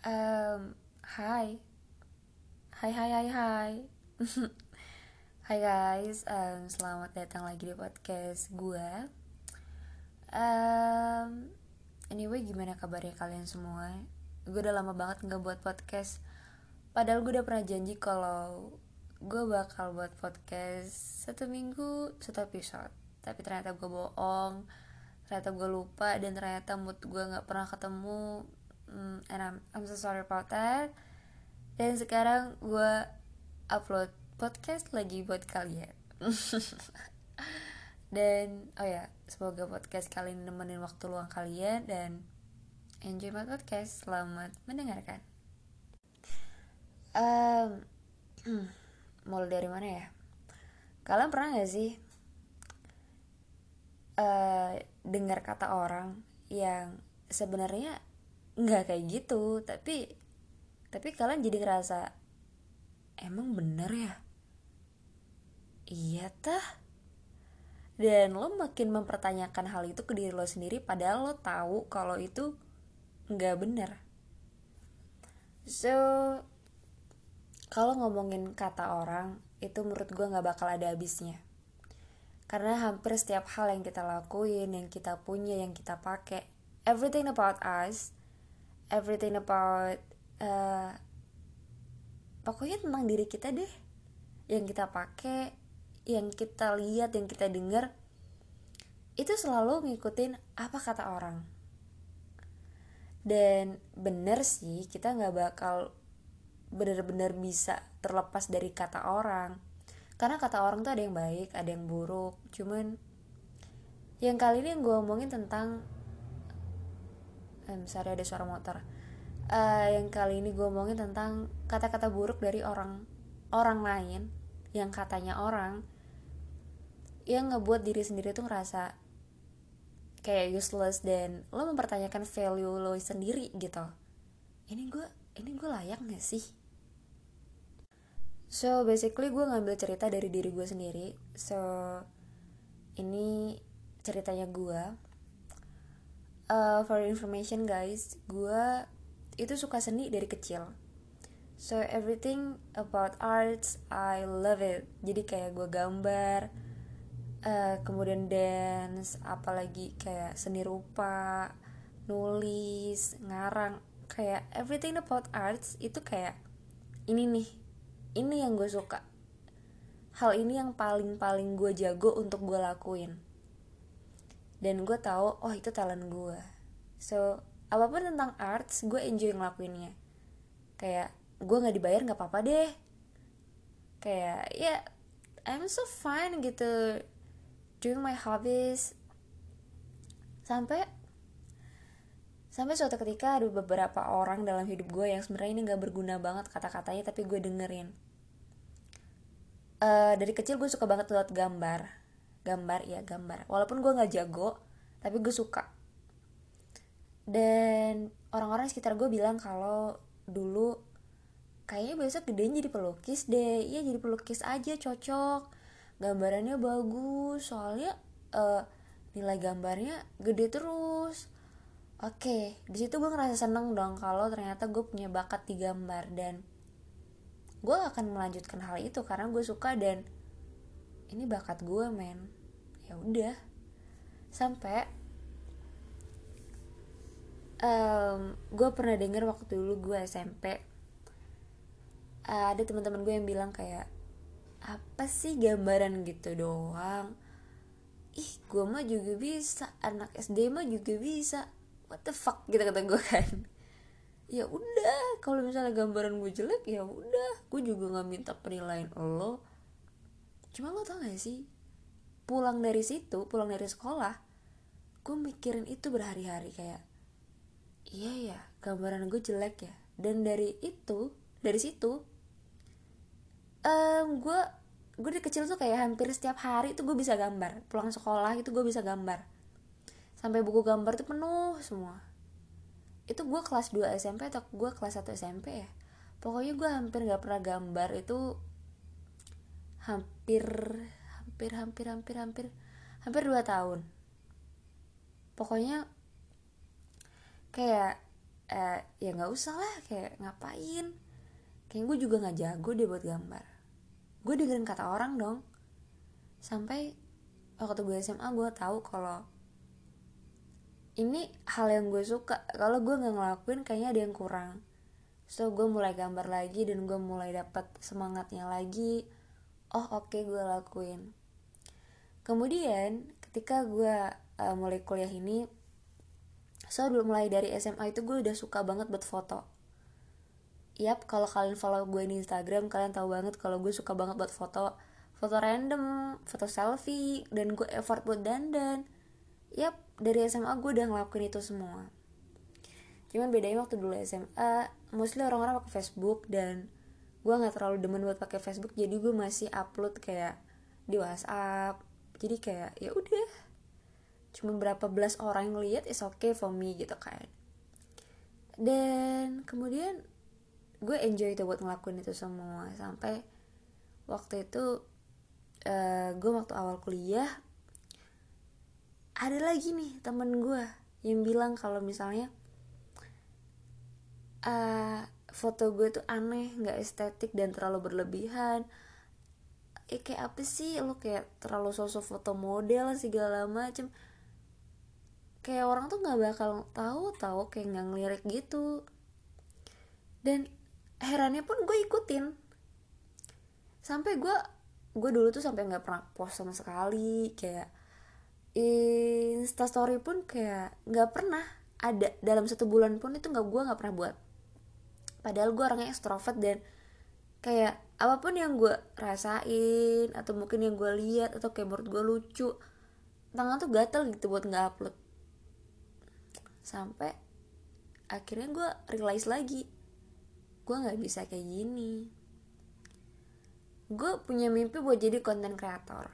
Hai, hai, hai, hai, hai. Hai guys, selamat datang lagi di podcast gue. Anyway, gimana kabarnya kalian semua? Gue udah lama banget nggak buat podcast. Padahal gue udah pernah janji kalau gue bakal buat podcast satu minggu satu episode. Tapi ternyata gue bohong, ternyata gue lupa, dan ternyata mood gue nggak pernah ketemu. And I'm so sorry about that. Dan sekarang gue upload podcast lagi buat kalian. Dan oh ya, semoga podcast kali ini nemenin waktu luang kalian dan enjoy my podcast. Selamat mendengarkan. um, Mulai dari mana ya? Kalian pernah gak sih dengar kata orang yang sebenarnya nggak kayak gitu, tapi kalian jadi ngerasa emang bener ya? Iya tah. Dan lo makin mempertanyakan hal itu ke diri lo sendiri, padahal lo tahu kalau itu nggak bener. So, kalau ngomongin kata orang, itu menurut gue nggak bakal ada habisnya. Karena hampir setiap hal yang kita lakuin, yang kita punya, yang kita pakai, everything about us, everything about uh, pokoknya tentang diri kita deh, yang kita pakai, yang kita lihat, yang kita dengar, itu selalu ngikutin apa kata orang. Dan bener sih, kita nggak bakal bener-bener bisa terlepas dari kata orang, karena kata orang tuh ada yang baik, ada yang buruk. Cuman yang kali ini yang gue omongin tentang sorry ada suara motor. Yang kali ini gue omongin tentang kata-kata buruk dari orang lain, yang katanya orang, yang ngebuat diri sendiri tuh ngerasa kayak useless, dan lo mempertanyakan value lo sendiri gitu. Ini gue layak gak sih? So basically gue ngambil cerita dari diri gue sendiri. So ini ceritanya gue. For information guys, gue itu suka seni dari kecil. So everything about arts I love it. Jadi kayak gue gambar, kemudian dance, apalagi kayak seni rupa, nulis, ngarang, kayak everything about arts itu kayak ini nih, ini yang gue suka. Hal ini yang paling gue jago untuk gue lakuin. Dan gue tahu, oh itu talent gue. So, apapun tentang arts, gue enjoy ngelakuinnya. Kayak, gue gak dibayar gak apa-apa deh. Kayak, ya, yeah, I'm so fine gitu doing my hobbies. Sampai suatu ketika ada beberapa orang dalam hidup gue yang sebenarnya ini gak berguna banget kata-katanya, tapi gue dengerin. Dari kecil gue suka banget buat gambar. Walaupun gue nggak jago, tapi gue suka. Dan orang-orang sekitar gue bilang kalau dulu kayaknya besok gedein jadi pelukis deh. Iya, jadi pelukis aja cocok, gambarannya bagus, soalnya nilai gambarnya gede terus. Oke, di situ gue ngerasa seneng dong kalau ternyata gue punya bakat di gambar, dan gue akan melanjutkan hal itu karena gue suka dan ini bakat gue men. Ya udah, sampai gue pernah denger waktu dulu gue SMP, ada teman-teman gue yang bilang kayak, apa sih gambaran gitu doang, ih gue mah juga bisa, anak SD mah juga bisa, what the fuck gitu kata gue kan. Ya udah, kalau misalnya gambaran gue jelek ya udah, gue juga nggak minta penilaian lo. Cuma lo tau gak sih, pulang dari sekolah, gue mikirin itu berhari-hari kayak, iya ya gambaran gue jelek ya. Dan dari situ gue dari kecil tuh kayak hampir setiap hari tuh gue bisa gambar, pulang sekolah itu gue bisa gambar sampai buku gambar tuh penuh semua. Itu gue kelas 2 SMP atau gue kelas 1 SMP ya, pokoknya gue hampir nggak pernah gambar itu hampir hampir hampir hampir hampir hampir 2 tahun. Pokoknya kayak ya nggak usah lah, kayak ngapain, kayak gue juga nggak jago deh buat gambar. Gue dengerin kata orang dong. Sampai waktu gue SMA gue tahu kalau ini hal yang gue suka, kalau gue nggak ngelakuin kayaknya ada yang kurang. So gue mulai gambar lagi dan gue mulai dapat semangatnya lagi. Oh oke, gue lakuin. Kemudian ketika gue mulai kuliah ini, so dulu mulai dari SMA itu gue udah suka banget buat foto. Yap, kalau kalian follow gue di Instagram, kalian tahu banget kalau gue suka banget buat foto, foto random, foto selfie, dan gue effort buat dandan. Yap, dari SMA gue udah ngelakuin itu semua. Cuman bedanya waktu dulu SMA, mostly orang-orang pakai Facebook dan gue nggak terlalu demen buat pakai Facebook, jadi gue masih upload kayak di WhatsApp. Jadi kayak ya udah, cuma berapa belas orang yang lihat, is okay for me gitu kan. Dan kemudian gue enjoy itu buat ngelakuin itu semua sampai waktu itu gue waktu awal kuliah ada lagi nih temen gue yang bilang kalau misalnya foto gue tuh aneh, nggak estetik dan terlalu berlebihan. Kayak apa sih lo, kayak terlalu sosok foto model segala macem, kayak orang tuh nggak bakal tahu kayak nggak ngelirik gitu. Dan herannya pun gue ikutin sampai gue dulu tuh sampai nggak pernah post sama sekali, kayak Instastory pun kayak nggak pernah ada dalam 1 bulan pun, itu gue nggak pernah buat. Padahal gue orangnya ekstrovert dan kayak apapun yang gue rasain atau mungkin yang gue lihat atau kayak menurut gue lucu, tangan tuh gatel gitu buat nggak upload. Sampai akhirnya gue realize lagi, gue nggak bisa kayak gini. Gue punya mimpi buat jadi content creator.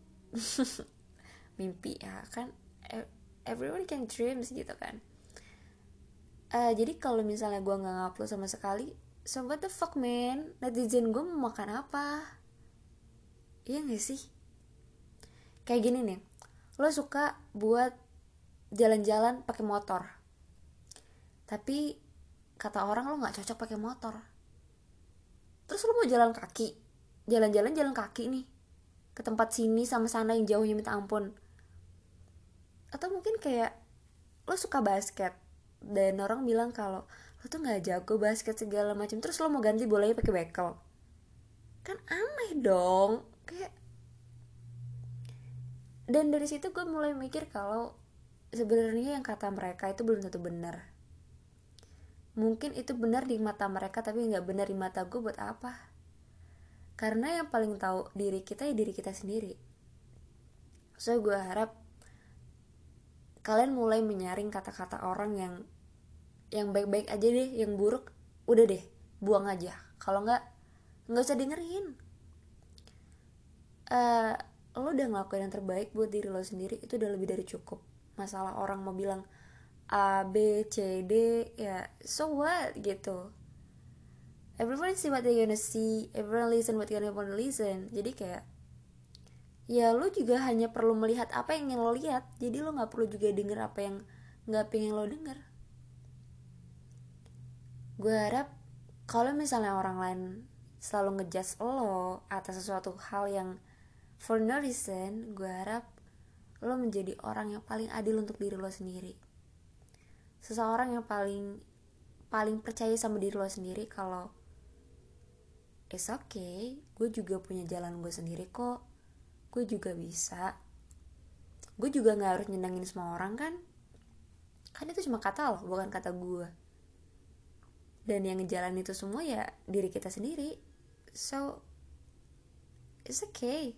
Mimpi ya kan, everyone can dreams gitu kan. Jadi kalau misalnya gue nggak ngupload sama sekali, so what the fuck man, netizen gue mau makan apa? Iya nggak sih? Kayak gini nih, lo suka buat jalan-jalan pakai motor, tapi kata orang lo nggak cocok pakai motor. Terus lo mau jalan kaki, jalan kaki nih ke tempat sini sama sana yang jauhnya minta ampun. Atau mungkin kayak lo suka basket dan orang bilang kalau lo tuh nggak jago basket segala macam, terus lo mau ganti bolanya pakai bekel, kan aneh dong kayak. Dan dari situ gue mulai mikir kalau sebenarnya yang kata mereka itu belum tentu benar. Mungkin itu benar di mata mereka tapi nggak benar di mata gue. Buat apa? Karena yang paling tahu diri kita ya diri kita sendiri. So gue harap kalian mulai menyaring kata-kata orang yang baik-baik aja deh, yang buruk udah deh buang aja. Kalau nggak usah dengerin. Lo udah ngelakuin yang terbaik buat diri lo sendiri, itu udah lebih dari cukup. Masalah orang mau bilang A, B, C, D, ya so what gitu. Everyone see what they gonna see, everyone listen what they gonna listen. Jadi kayak ya lo juga hanya perlu melihat apa yang ingin lo lihat. Jadi lo gak perlu juga denger apa yang gak pengen lo denger. Gue harap kalau misalnya orang lain selalu ngejudge lo atas sesuatu hal yang for no reason, gue harap lo menjadi orang yang paling adil untuk diri lo sendiri. Seseorang yang paling percaya sama diri lo sendiri kalau it's okay, gue juga punya jalan gue sendiri kok, gue juga bisa, gue juga gak harus nyenengin semua orang kan itu cuma kata lo, bukan kata gue. Dan yang ngejalanin itu semua ya diri kita sendiri. So it's okay.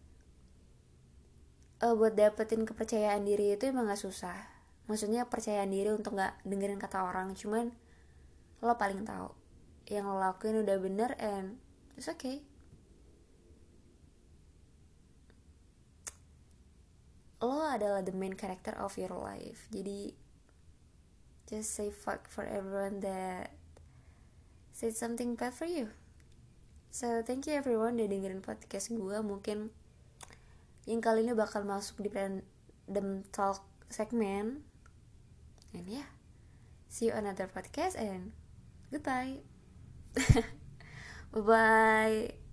Buat dapetin kepercayaan diri itu emang gak susah. Maksudnya percayaan diri untuk gak dengerin kata orang. Cuman lo paling tahu yang lo lakuin udah bener and it's okay. Lo adalah the main character of your life. Jadi just say fuck for everyone that said something bad for you. So thank you everyone udah dengerin podcast gue. Mungkin yang kali ini bakal masuk di random talk segmen. And yeah, See you on another podcast and goodbye. Bye bye.